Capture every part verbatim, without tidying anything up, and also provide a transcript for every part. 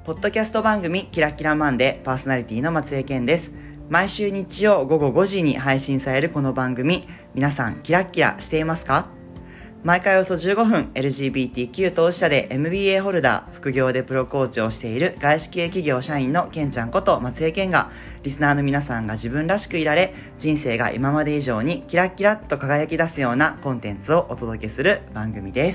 ポッドキャスト番組キラキラマンデーパーソナリティの松江健です。毎週日曜午後ごじに配信されるこの番組、皆さんキラッキラしていますか？毎回およそじゅうごふん エルジービーティーキュー 当事者で エムビーエー ホルダー、副業でプロコーチをしている外資系企業社員のケンちゃんこと松江健が、リスナーの皆さんが自分らしくいられ、人生が今まで以上にキラッキラッと輝き出すようなコンテンツをお届けする番組です。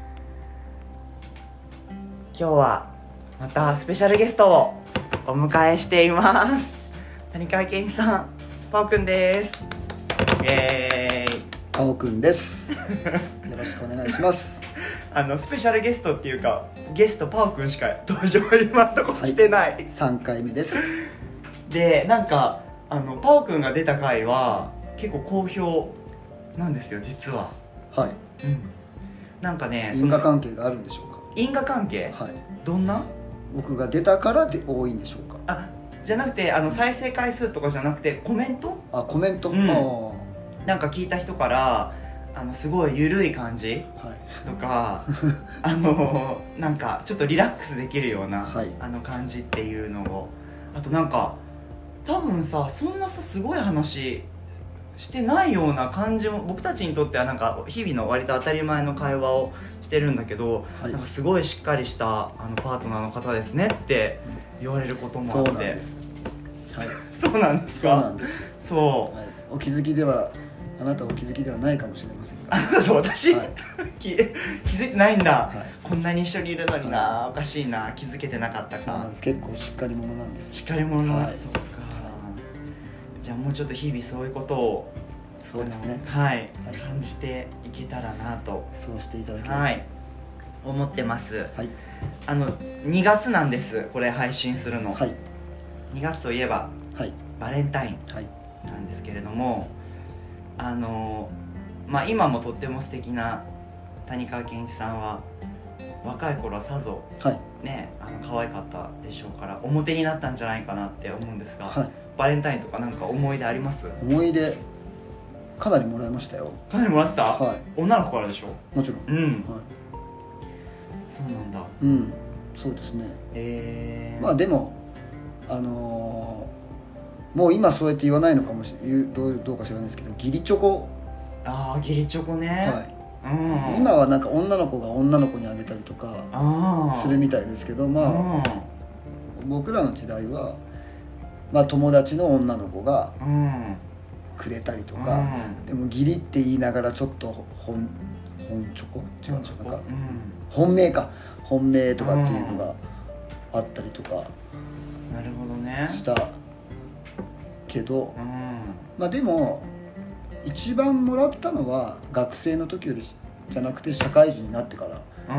今日はまたスペシャルゲストをお迎えしています。谷川健一さん、パオくんです。イエーイ。 パオくんです。よろしくお願いします。 あのスペシャルゲストっていうか、ゲストパオくんしか登場今のとこしてない、はい、 さんかいめです。 で、なんかあのパオくんが出た回は結構好評なんですよ、実は。 はい、 うん、なんかね、 因果関係があるんでしょうか？ 因果関係、はい、どんな？ 僕が出たからで多いんでしょうか？ あ、じゃなくて、あの再生回数とかじゃなくてコメント？ あ、コメント、うん、 なんか聞いた人からあのすごい緩い感じ、はい、とかあのなんかちょっとリラックスできるような、はい、あの感じっていうのを、あとなんか多分さ、そんなさすごい話してないような感じも、僕たちにとってはなんか日々の割と当たり前の会話をしてるんだけど、はい、なんかすごいしっかりしたあのパートナーの方ですねって言われることもあって。そうなんです、はい、そうなんですか？ そうなんです。 そう、 はい、お気づきでは、あなたお気づきではないかもしれませんが、 あなたと私、はい、気, 気づいてないんだ、はい、こんなに一緒にいるのにな、はい、おかしいな、気づけてなかったか。 そうなんです。結構しっかり者なんです。 しっかり者なんです、はい、そうか、 はい、 じゃあもうちょっと日々そういうことを、 そうですね、 はい、はい、感じていけたらなと、 そうしていただければ、 はい、思ってます。 はい、 あのにがつなんです、これ配信するの。はい、にがつといえば、はい、バレンタインなんですけれども、あのまあ、今もとっても素敵な谷川健一さんは若い頃はさぞ、はい、ね、あの可愛かったでしょうから、表になったんじゃないかなって思うんですが、はい、バレンタインとかなんか思い出あります？ 思い出かなりもらいましたよ。 かなりもらってた？はい、女の子からでしょ？ もちろん。うん、はい、 そうなんだ。 うん、そうですね。えー、まあでもあのー、もう今そうやって言わないのかもしれない、どう、どうか知らないですけど、義理チョコ。 ああ、義理チョコね。はい、 うん、今はなんか女の子が女の子にあげたりとかするみたいですけど、まあ僕らの時代は、まあ、友達の女の子がくれたりとか、うん、でも義理って言いながらちょっと本本チョコ違う、なんか、うん、本命か本命とかっていうのがあったりとか、 なるほどね、 したけど、うん、まあでも一番もらったのは学生の時よりじゃなくて社会人になってから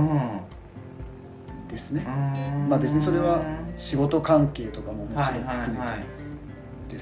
ですね。まあ別にそれは仕事関係とかももちろん含めてです。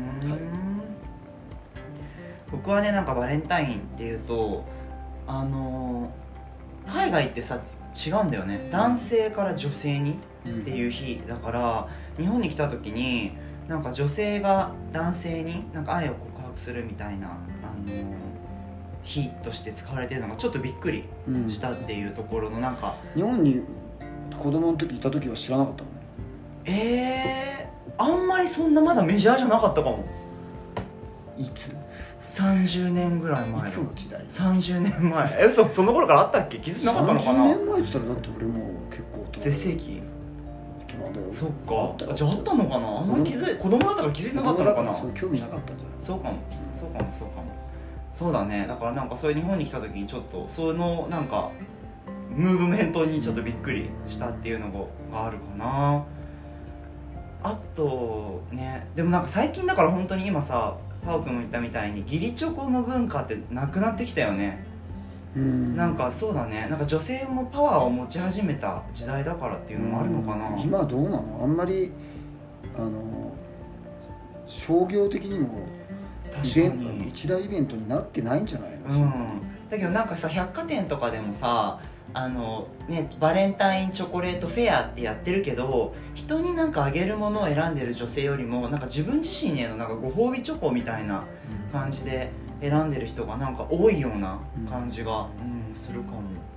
僕はね、なんかバレンタインっていうと、あのー、海外ってさ違うんだよね、男性から女性にっていう日だから、日本に来た時になんか女性が男性になんか愛を告白するみたいな、あのー、日として使われてるのがちょっとびっくりしたっていうところの、なんか、 うん、日本に子供の時いた時は知らなかったの？ えー、あんまりそんなまだメジャーじゃなかったかも。 いつ？ さんじゅうねんぐらい前の。 いつの時代？ さんじゅうねんまえ。え、そ, その頃からあったっけ？気づいてなかったのかな？ さんじゅうねんまえって言ったらだって俺も結構絶世紀。そっか、 あじゃああったのかな。あんまり気づい子供だったから気づいてなかったのかな。 そう興味なかったんじゃない？ そうかも、そうかも、そうかも。そうだね。だからなんかそういう日本に来た時にちょっとそのなんかムーブメントにちょっとびっくりしたっていうのがあるかな。あとね、でもなんか最近だから本当に今さ、パオ君も言ったみたいに義理チョコの文化ってなくなってきたよね。うん、なんかそうだね、なんか女性もパワーを持ち始めた時代だからっていうのもあるのかな。 今どうなの？あんまりあの商業的にもイベント一大イベントになってないんじゃないの？うん、 だけどなんかさ、百貨店とかでもさ、あのね、バレンタインチョコレートフェアってやってるけど、人になんかあげるものを選んでる女性よりもなんか自分自身へのなんかご褒美チョコみたいな感じで選んでる人がなんか多いような感じが、うんうん、するかも。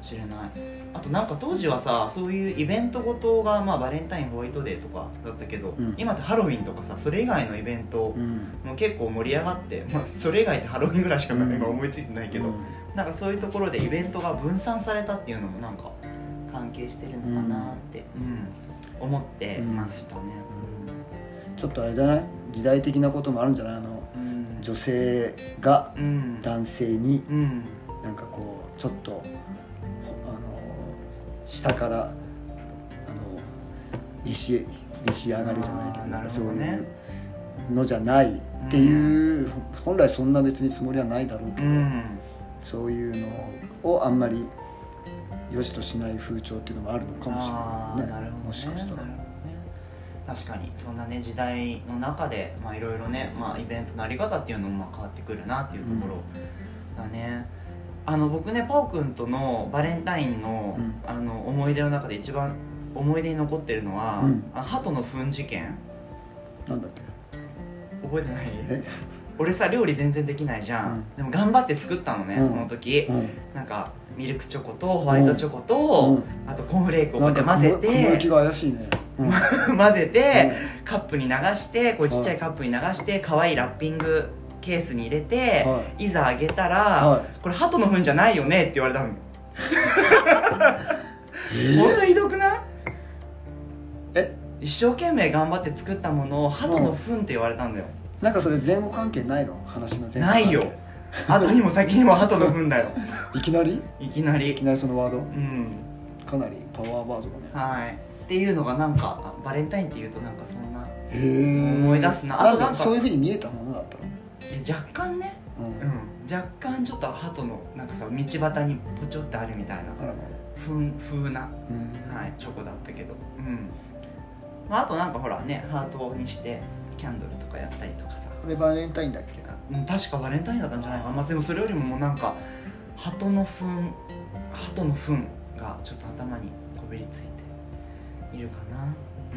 しれない。あとなんか当時はさ、そういうイベントごとが、まあ、バレンタイン、ホワイトデーとかだったけど、うん、今ってハロウィンとかさ、それ以外のイベントも結構盛り上がって、まあ、それ以外ってハロウィンぐらいしか今思いついてないけど、うん、なんかそういうところでイベントが分散されたっていうのもなんか関係してるのかなって、うんうん、思ってましたね、 うん、ちょっとあれじゃない、時代的なこともあるんじゃない、あの、うん、女性が男性になんかこうちょっと下からあの召し召し上がりじゃないけど、なんかそういうのじゃないっていう、うん、本来そんな別につもりはないだろうけど、うん、そういうのをあんまり良しとしない風潮っていうのもあるのかもしれないね。もしかしたら。 確かにそんなね時代の中でいろいろね、まあ、イベントのあり方っていうのもまあ変わってくるなっていうところだね。うん、あの僕ねパオくんとのバレンタインの、うん、あの思い出の中で一番思い出に残ってるのは、うん、あ鳩の糞事件。 なんだっけ、 覚えてない？え俺さ料理全然できないじゃん、うん、でも頑張って作ったのね、うん、その時、うん、なんかミルクチョコとホワイトチョコと、あとコーンフレークをこうやって混ぜて、 雲行きが怪しいね、 混ぜて、カップに流してこうちっちゃいカップに流して可愛いラッピングケースに入れて、はい、いざあげたら、はい、これ鳩の糞じゃないよねって言われたの。こんなひどくない？ え一生懸命頑張って作ったものを鳩の糞って言われたんだよ。 なんかそれ前後関係ないの？話の前後関係ないよ。後にも先にも鳩の糞だよ。 いきなりいきなりいきなりそのワード、うん、 かなりパワーワードだね。はい、っていうのがなんかバレンタインっていうとなんかそんな思い出すな。 あとなんかそういう風に見えたものだったの？ 若干ね、うんうん、若干ちょっと鳩のなんかさ道端にポチョってあるみたいな風風な、うん、はい、チョコだったけど、うん、まあ、あとなんかほらねハートにしてキャンドルとかやったりとかさ。 これバレンタインだっけ？ うん、確かバレンタインだったんじゃないかな。まあ、でもそれよりももうなんか鳩の糞鳩の糞がちょっと頭にこびりついているかな。うん。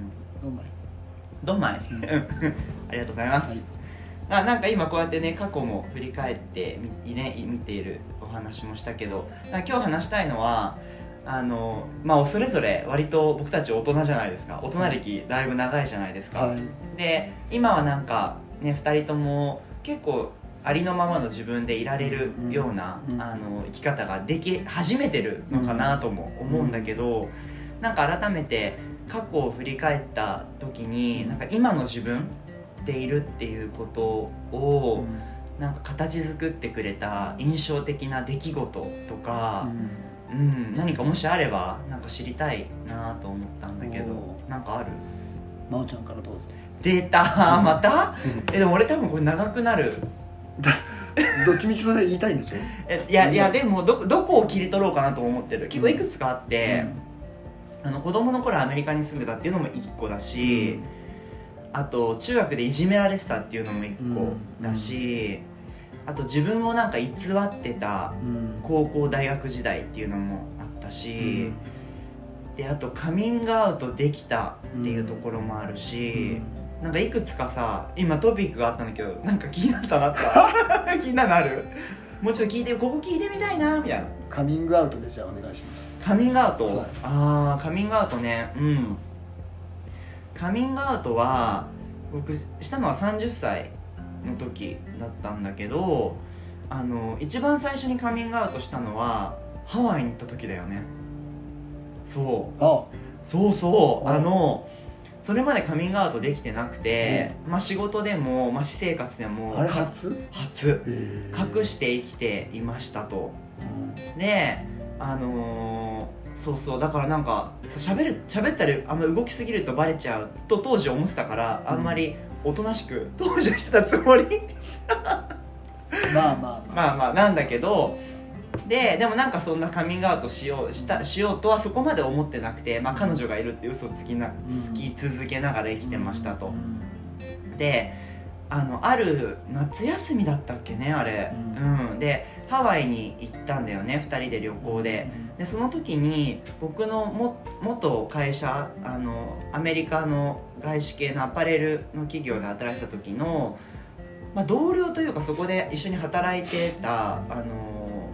どんまいどんまい、うん、ありがとうございます、はい。あ、なんか今こうやってね過去も振り返ってみ、ね、見ているお話もしたけど、今日話したいのはあのまあそれぞれ割と僕たち大人じゃないですか。大人歴だいぶ長いじゃないですか、はい、で今はなんかねふたりとも結構ありのままの自分でいられるような、うんうん、あの生き方ができ始めてるのかなとも思うんだけど、うん、なんか改めて過去を振り返った時になんか今の自分でいるっていうことを、うん、なんか形作ってくれた印象的な出来事とか、うんうん、何かもしあればなんか知りたいなと思ったんだけど、なんかある？ 真央ちゃんからどうぞ。 出たまたえでも俺多分これ長くなる。 どっちみちそれ言いたいんでしょ。 えいやいやでも ど, どこを切り取ろうかなと思ってる。結構いくつかあって、うん、あの子供の頃アメリカに住んでたっていうのもいっこだし、うん、あと中学でいじめられてたっていうのもいっこだし、うん、あと自分をなんか偽ってた高校大学時代っていうのもあったし、うん、であとカミングアウトできたっていうところもあるし、うん、なんかいくつかさ今トピックがあったんだけどなんか気になったなって気になるある？もうちょっと聞いてここ聞いてみたいなみたいな。 カミングアウトでじゃあお願いします。 カミングアウト、 はい、 ああカミングアウトね。うんカミングアウトは僕したのはさんじゅっさいの時だったんだけど、あの一番最初にカミングアウトしたのはハワイに行った時だよね。そうあそうそうあのそれまでカミングアウトできてなくて、うん、まあ仕事でも、まあ、私生活でもあれ初初隠して生きていましたと、うん、であのー、そうそうだからなんか喋る喋ったりあんま動きすぎるとバレちゃうと当時思ってたからあんまりおとなしく当時はしてたつもりまあまあまあまあまあなんだけどででもなんかそんなカミングアウトしようしたしようとはそこまで思ってなくて、まあ、彼女がいるって嘘をつきな、つき続けながら生きてましたと、うん、であのある夏休みだったっけねあれ、うんうん、でハワイに行ったんだよねふたりで旅行で、でその時に僕のも元会社あのアメリカの外資系のアパレルの企業で働いてた時の、まあ、同僚というかそこで一緒に働いてたあの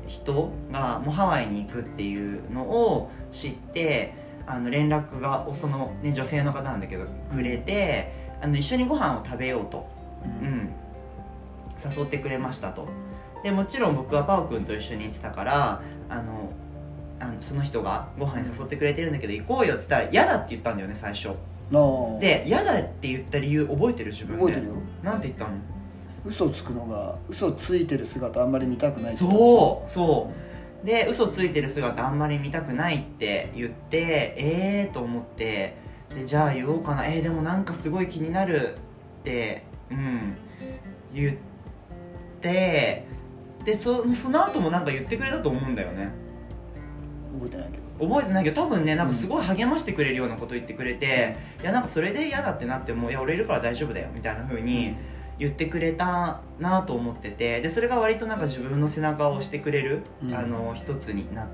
人がもうハワイに行くっていうのを知って、あの連絡がその、ね、女性の方なんだけどくれて、あの一緒にご飯を食べようと、うん、誘ってくれましたと。でもちろん僕はパオくんと一緒に行ってたから、あのあのその人がご飯に誘ってくれてるんだけど行こうよって言ったら嫌だって言ったんだよね最初。で嫌だって言った理由覚えてる？自分で覚えてるよ。なんて言ったの？ 嘘つくのが、嘘ついてる姿あんまり見たくないって言った。そうそうで、嘘ついてる姿あんまり見たくないって言って、えーと思って、でじゃあ言おうかな、えー、でもなんかすごい気になるってうん言って、で そ, その後もなんか言ってくれたと思うんだよね。 覚えてないけど覚えてないけど多分ね、なんかすごい励ましてくれるようなこと言ってくれて、うん、いやなんかそれで嫌だってなっても、いや俺いるから大丈夫だよみたいな風に言ってくれたなと思ってて、でそれが割となんか自分の背中を押してくれる、うん、あの一つになって、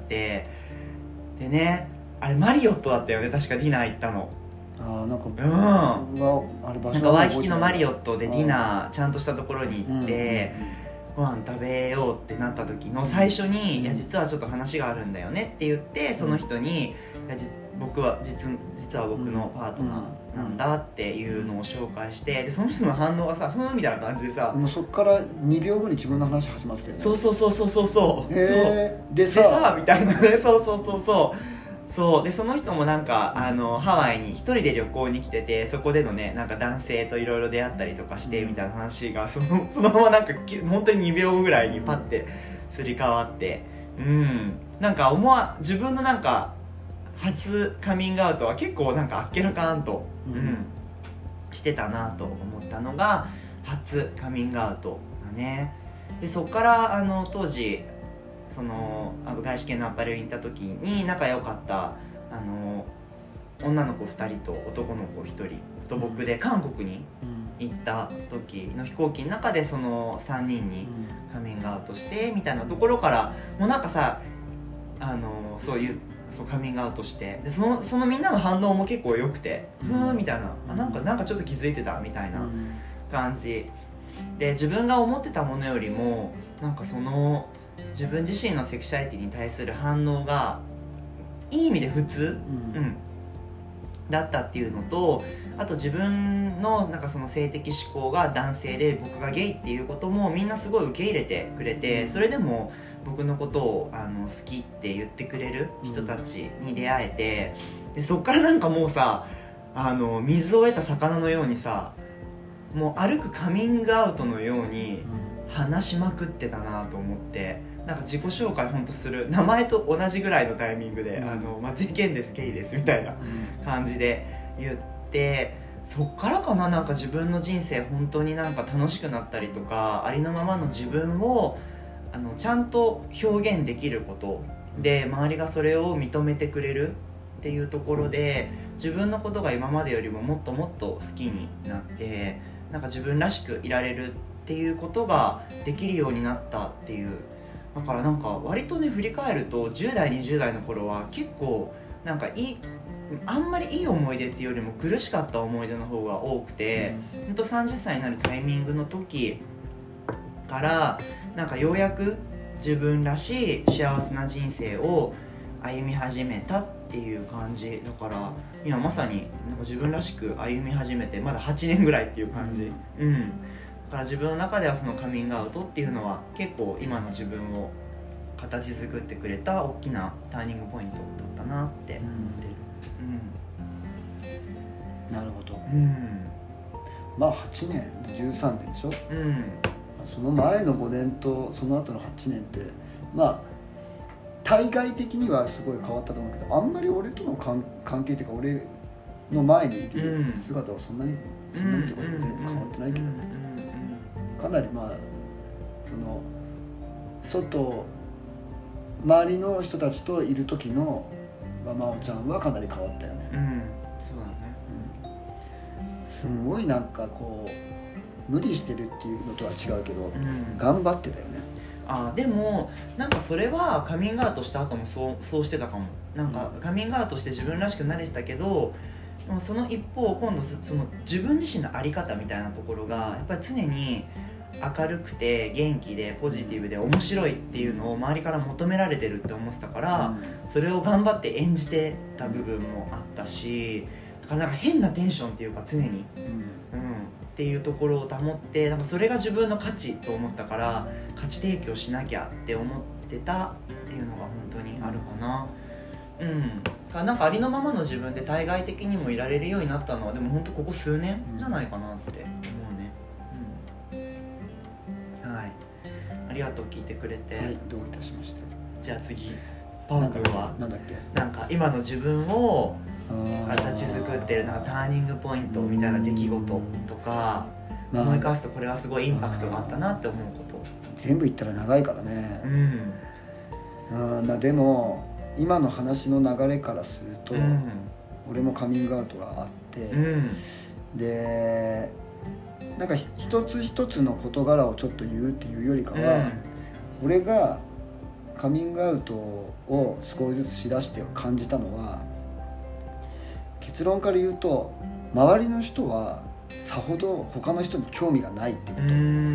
でね、あれマリオットだったよね確かディナー行ったの。 ああなんかうんあれ場所なんかワイキキのマリオットでディナーちゃんとしたところに行って、ご飯食べようってなった時の最初に、うん、いや実はちょっと話があるんだよねって言って、その人に、いや僕は 実, 実は僕のパートナーなんだっていうのを紹介して、でその人の反応がさ、ふーんみたいな感じでさ、 もうそっからにびょうごに自分の話始まってたよね。 そうそうそうそうそうそう、 へー、でさ、でさみたいなね、そうそうそうそうそうで、その人もなんかあのハワイに一人で旅行に来てて、そこでのねなんか男性といろいろ出会ったりとかしてみたいな話がそのそのままなんか本当ににびょうごぐらいにパッてすり替わって、うんなんか思わ自分のなんか初カミングアウトは結構なんかあっけらかんと、うんうん、してたなと思ったのが初カミングアウトだね。でそっからあの当時その外資系のアパレルに行った時に仲良かったあの女の子ふたりと男の子ひとりと僕で韓国に行った時の飛行機の中でそのさんにんにカミングアウトしてみたいなところから、もうなんかさあのそういうそうカミングアウトして、でそのそのみんなの反応も結構良くて、ふーんみたいな、あなんかなんかちょっと気づいてたみたいな感じで、自分が思ってたものよりもなんかその自分自身のセクシャリティに対する反応がいい意味で普通、うんうん、だったっていうのと、あと自分のなんかその性的指向が男性で僕がゲイっていうこともみんなすごい受け入れてくれて、それでも僕のことをあの好きって言ってくれる人たちに出会えて、でそっからなんかもうさ、あの水を得た魚のようにさ、もう歩くカミングアウトのように話しまくってたなと思って、なんか自己紹介ほんとする名前と同じぐらいのタイミングで「うん、あの松井健です、ゲイです」みたいな感じで言って、そっからかな、なんか自分の人生本当になんか楽しくなったりとか、ありのままの自分をあのちゃんと表現できることで、周りがそれを認めてくれるっていうところで、自分のことが今までよりももっともっと好きになって、なんか自分らしくいられるっていうことができるようになったっていう。だからなんか割とね振り返るとじゅう代にじゅう代の頃は結構なんかいいあんまりいい思い出っていうよりも苦しかった思い出の方が多くて、うん、ほんとさんじゅっさいになるタイミングの時からなんかようやく自分らしい幸せな人生を歩み始めたっていう感じだから、今まさになんか自分らしく歩み始めてまだはちねんぐらいっていう感じ、うん、うん、だから自分の中ではそのカミングアウトっていうのは結構今の自分を形作ってくれた大きなターニングポイントだったなって思ってる、 うん、なるほど、 うん、 まあはちねんじゅうさんねんでしょ、 うん、 その前のごねんとその後のはちねんってまあ対外的にはすごい変わったと思うけど、あんまり俺との関係っていうか俺の前にいる姿はそんなに、そんなにとか言って変わってないけどね、かなりまあその外周りの人たちといる時の真央ちゃんはかなり変わったよね、 うん、そうだね、 うん、すごいなんかこう無理してるっていうのとは違うけど、うん、頑張ってたよね。 あでもなんかそれはカミングアウトした後もそうそうしてたかも。なんかカミングアウトして自分らしくなれてたけど、でもその一方今度その自分自身の在り方みたいなところがやっぱり常に明るくて元気でポジティブで面白いっていうのを周りから求められてるって思ってたから、うん、それを頑張って演じてた部分もあったし、だからなんか変なテンションっていうか常に、うんうん、っていうところを保って、なんかそれが自分の価値と思ったから価値提供しなきゃって思ってたっていうのが本当にあるかな。うん、なんかありのままの自分で対外的にもいられるようになったのはでも本当ここ数年じゃないかなって思うね、うん、はい、ありがとう聞いてくれて。 はい、どういたしまして。 じゃあ次パオ君はなんだっけ、 なんか今の自分を形作ってるなんかターニングポイントみたいな出来事とか思い返すとこれはすごいインパクトがあったなって思うこと。 全部言ったら長いからね、うん、うん、まあでも今の話の流れからすると、うん、俺もカミングアウトがあって、うん、でなんか一つ一つの事柄をちょっと言うっていうよりかは、うん、俺がカミングアウトを少しずつしだして感じたのは、結論から言うと周りの人はさほど他の人に興味がないってこと。うん、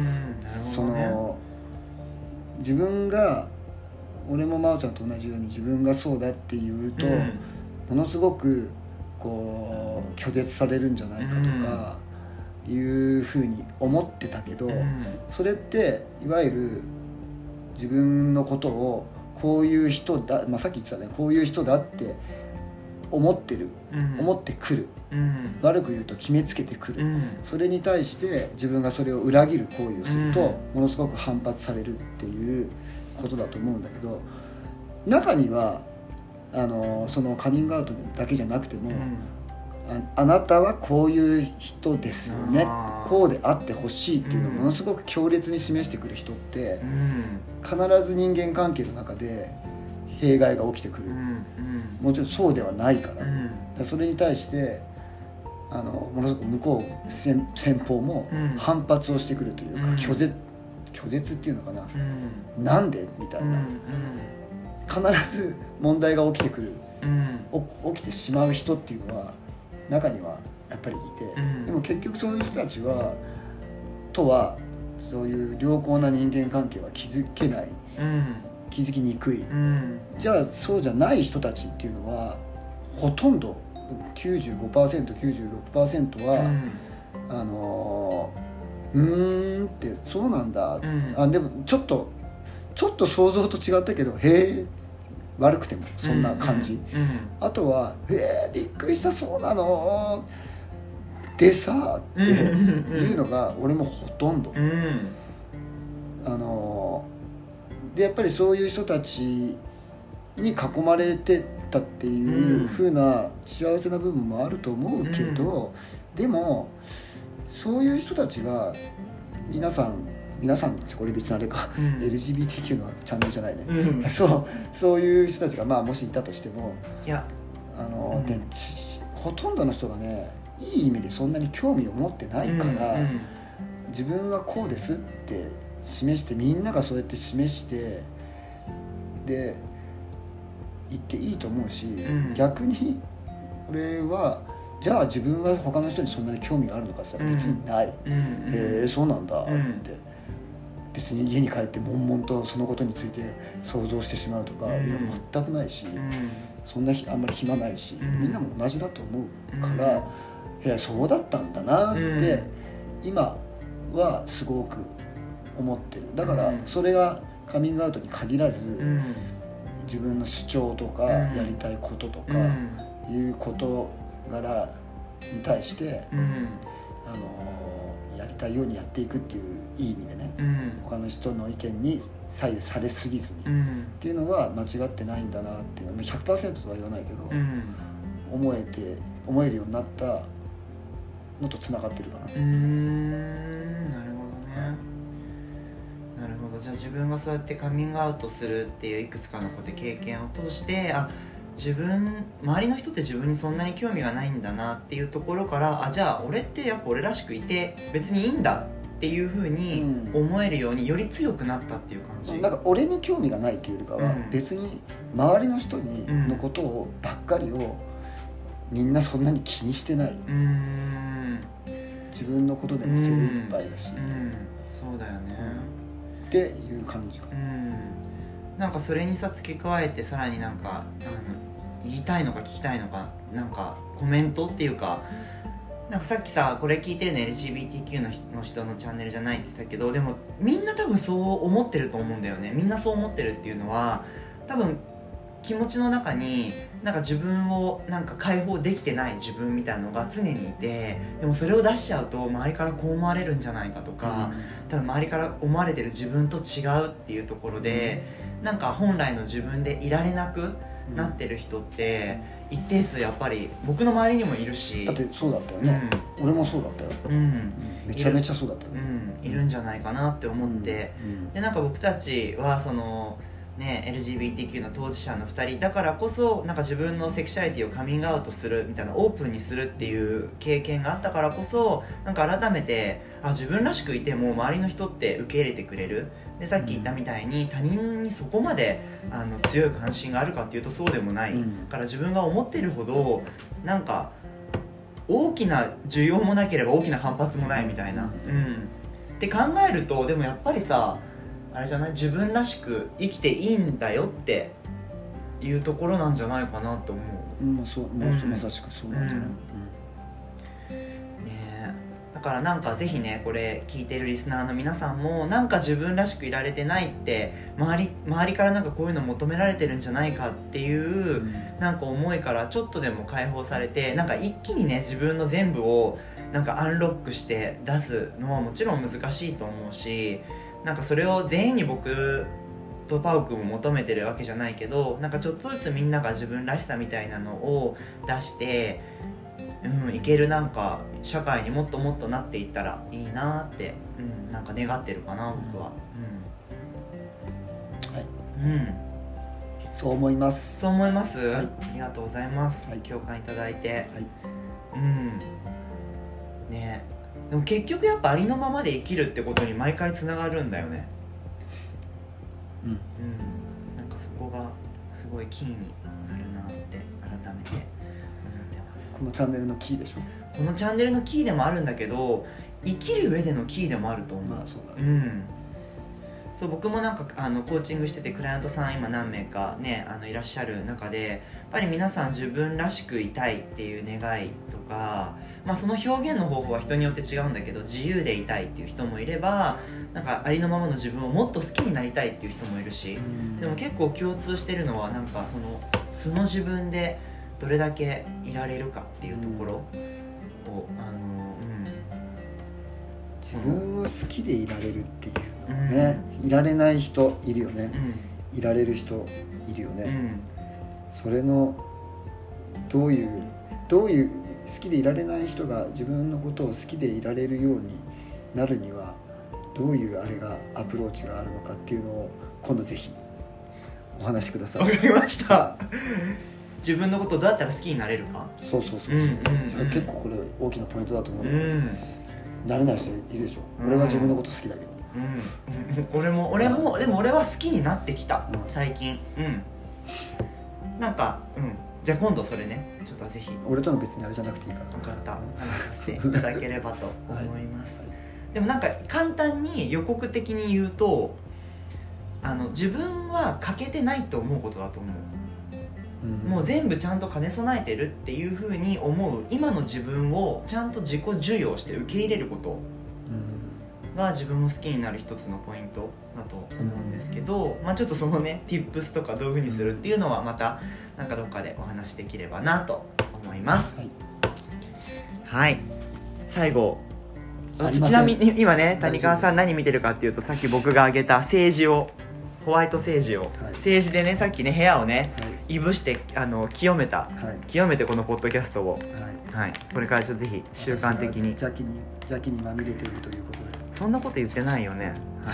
なるほどね。その自分が俺も真央ちゃんと同じように自分がそうだって言うと、うん、ものすごくこう拒絶されるんじゃないかとかいうふうに思ってたけど、うん、それっていわゆる自分のことをこういう人だ、まあ、さっき言ってたね、こういう人だって思ってる、うん、思ってくる、うん、悪く言うと決めつけてくる、うん、それに対して自分がそれを裏切る行為をすると、うん、ものすごく反発されるっていうことだと思うんだけど、中にはあのそのカミングアウトだけじゃなくても、うん、あ, あなたはこういう人ですよね、こうであってほしいっていうのをものすごく強烈に示してくる人って、うん、必ず人間関係の中で弊害が起きてくる、うんうん、もちろんそうではないから、うん、だからそれに対してあのものすごく向こう 先, 先方も反発をしてくるというか、うん、拒絶拒絶っていうのかな、うん、なんでみたいな、うんうん、必ず問題が起きてくる、うん、起きてしまう人っていうのは中にはやっぱりいて、うん、でも結局そういう人たちはとはそういう良好な人間関係は築けない、うん、気づきにくい、うん、じゃあそうじゃない人たちっていうのはほとんど きゅうじゅうごパーセントきゅうじゅうろくパーセント は、うん、あのうーんってそうなんだ、うん、あでもちょっとちょっと想像と違ったけどへえ悪くてもそんな感じ、うんうんうん、あとはへえびっくりしたそうなのでさっていうのが俺もほとんど、うん、あのでやっぱりそういう人たちに囲まれてたっていう風な幸せな部分もあると思うけど、うん、でもそういう人たちが皆さん皆さんこれ別にあれか、うん、エルジービーティーキュー のチャンネルじゃないね、うん、そうそういう人たちがまあもしいたとしてもいやあの、うん、でほとんどの人がねいい意味でそんなに興味を持ってないから、うんうん、自分はこうですって示してみんながそうやって示してで言っていいと思うし、うん、逆に俺はじゃあ自分は他の人にそんなに興味があるのかって言ったら別にない、うんうん、えー、そうなんだって、うん、別に家に帰って悶々とそのことについて想像してしまうとか、うん、いや全くないし、うん、そんなあんまり暇ないし、うん、みんなも同じだと思うから、うん、いやそうだったんだなって、うん、今はすごく思ってる。だからそれがカミングアウトに限らず、うん、自分の主張とかやりたいこととかいう事柄に対して、うん、あのやりたいようにやっていくっていういい意味でね、うん、他の人の意見に左右されすぎずに、うん、っていうのは間違ってないんだなっていうのは ひゃくパーセント とは言わないけど、うん、思えて思えるようになったのとつながってるかな。うーん、なるほどね。なるほど。じゃあ自分がそうやってカミングアウトするっていういくつかのこと経験を通して、あ、自分周りの人って自分にそんなに興味がないんだなっていうところから、あ、じゃあ俺ってやっぱ俺らしくいて別にいいんだっていう風に思えるようにより強くなったっていう感じ、 うん、なんか俺に興味がないっていうよりかは、うん、別に周りの人にのことをばっかりをみんなそんなに気にしてない、うん、自分のことでも精一杯だし、うんうん、 そうだよね、 うん、っていう感じかな。 うんなんかそれにさ付け加えてさらになんかあの言いたいのか聞きたいのかなんかコメントっていうかなんかさっきさこれ聞いてるの エルジービーティーキュー の人のチャンネルじゃないって言ってたけどでもみんな多分そう思ってると思うんだよね。みんなそう思ってるっていうのは多分気持ちの中になんか自分をなんか解放できてない自分みたいなのが常にいてでもそれを出しちゃうと周りからこう思われるんじゃないかとか、うん、多分周りから思われてる自分と違うっていうところで、うん、なんか本来の自分でいられなくなってる人って一定数やっぱり僕の周りにもいるしだってそうだったよね、うん、俺もそうだったよ、うん、めちゃめちゃそうだったよ、 うん、いるんじゃないかなって思って、うん、でなんか僕たちはそのね、エルジービーティーキュー の当事者のふたりだからこそなんか自分のセクシャリティをカミングアウトするみたいなオープンにするっていう経験があったからこそなんか改めてあ自分らしくいても周りの人って受け入れてくれるでさっき言ったみたいに他人にそこまであの強い関心があるかっていうとそうでもない、うん、だから自分が思ってるほどなんか大きな需要もなければ大きな反発もないみたいな、うん、って考えるとでもやっぱりさあれじゃない自分らしく生きていいんだよっていうところなんじゃないかなと思う。 うん、そう、もう、うん、まさしくそうなんじゃない、うんうんね、だからなんかぜひねこれ聞いてるリスナーの皆さんもなんか自分らしくいられてないって周り、周りからなんかこういうの求められてるんじゃないかっていう、うん、なんか思いからちょっとでも解放されてなんか一気にね自分の全部をなんかアンロックして出すのはもちろん難しいと思うしなんかそれを全員に僕とパウ君も求めてるわけじゃないけどなんかちょっとずつみんなが自分らしさみたいなのを出して、うん、いけるなんか社会にもっともっとなっていったらいいなって、うん、なんか願ってるかな僕は、 うん、はい、 うん、 そう思います。 そう思います、はい、ありがとうございます、はい、共感いただいて、はい、うんねでも結局やっぱありのままで生きるってことに毎回つながるんだよね。うん、うん、なんかそこがすごいキーになるなって改めて思ってます。 このチャンネルのキーでしょ。 このチャンネルのキーでもあるんだけど生きる上でのキーでもあると思う。 まあそうだね。 うん。そう僕もなんかあのコーチングしててクライアントさん今何名かねあのいらっしゃる中でやっぱり皆さん自分らしくいたいっていう願いとか、まあ、その表現の方法は人によって違うんだけど自由でいたいっていう人もいればなんかありのままの自分をもっと好きになりたいっていう人もいるし、でも結構共通してるのはなんかその素の自分でどれだけいられるかっていうところを、あの、 うん、自分を好きでいられるっていうね、うん、いられない人いるよね、うん、いられる人いるよね、うん、それのどういうどういう好きでいられない人が自分のことを好きでいられるようになるにはどういうあれがアプローチがあるのかっていうのを今度ぜひお話しください。 わかりました。自分のことをどうやったら好きになれるか。 そうそうそうそう、うんうんうん、結構これ大きなポイントだと思う、うん、なれない人いるでしょ、うん、俺は自分のこと好きだけどうん、俺も俺もでも俺は好きになってきた、うん、最近うんなんかうんじゃあ今度それねちょっとぜひ俺との別にあれじゃなくていいから分かった、うん、話させていただければと思います、はいはい、でもなんか簡単に予告的に言うとあの自分は欠けてないと思うことだと思う、うん、もう全部ちゃんと兼ね備えてるっていう風に思う今の自分をちゃんと自己授与して受け入れることが自分を好きになる一つのポイントだと思うんですけど、まあ、ちょっとそのね Tips とかどういう風にするっていうのはまたなんかどっかでお話できればなと思います。はい、はい、最後ちなみに今ね谷川さん何見てるかっていうとさっき僕が挙げた政治をホワイト政治を、はい、政治でねさっきね部屋をね、はい、いぶしてあの清めた、はい、清めてこのポッドキャストを、はいはい、これからちょっとぜひ習慣的に邪気に邪気にまみれているということでそんなこと言ってないよね。はい。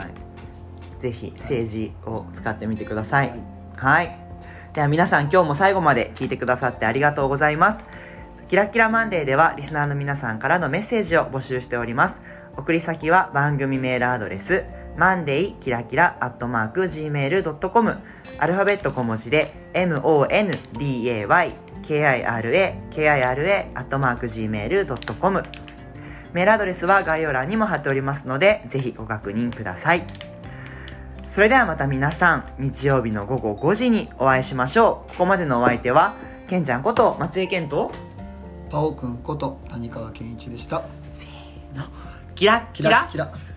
ぜひ政治を使ってみてください。はい。はい、では皆さん今日も最後まで聞いてくださってありがとうございます。キラキラマンデーではリスナーの皆さんからのメッセージを募集しております。送り先は番組メールアドレスマンデーキラキラアットマーク ジーメールドットコム アルファベット小文字で エムオーエヌディーエーワイケーアイアールエーケーアイアールエー アットマーク ジーメールドットコムメールアドレスは概要欄にも貼っておりますので、ぜひご確認ください。それではまた皆さん、日曜日の午後ごじにお会いしましょう。ここまでのお相手はけんちゃんこと松江健とパオくんこと谷川健一でした。 せーの、キラッキラキラキラ。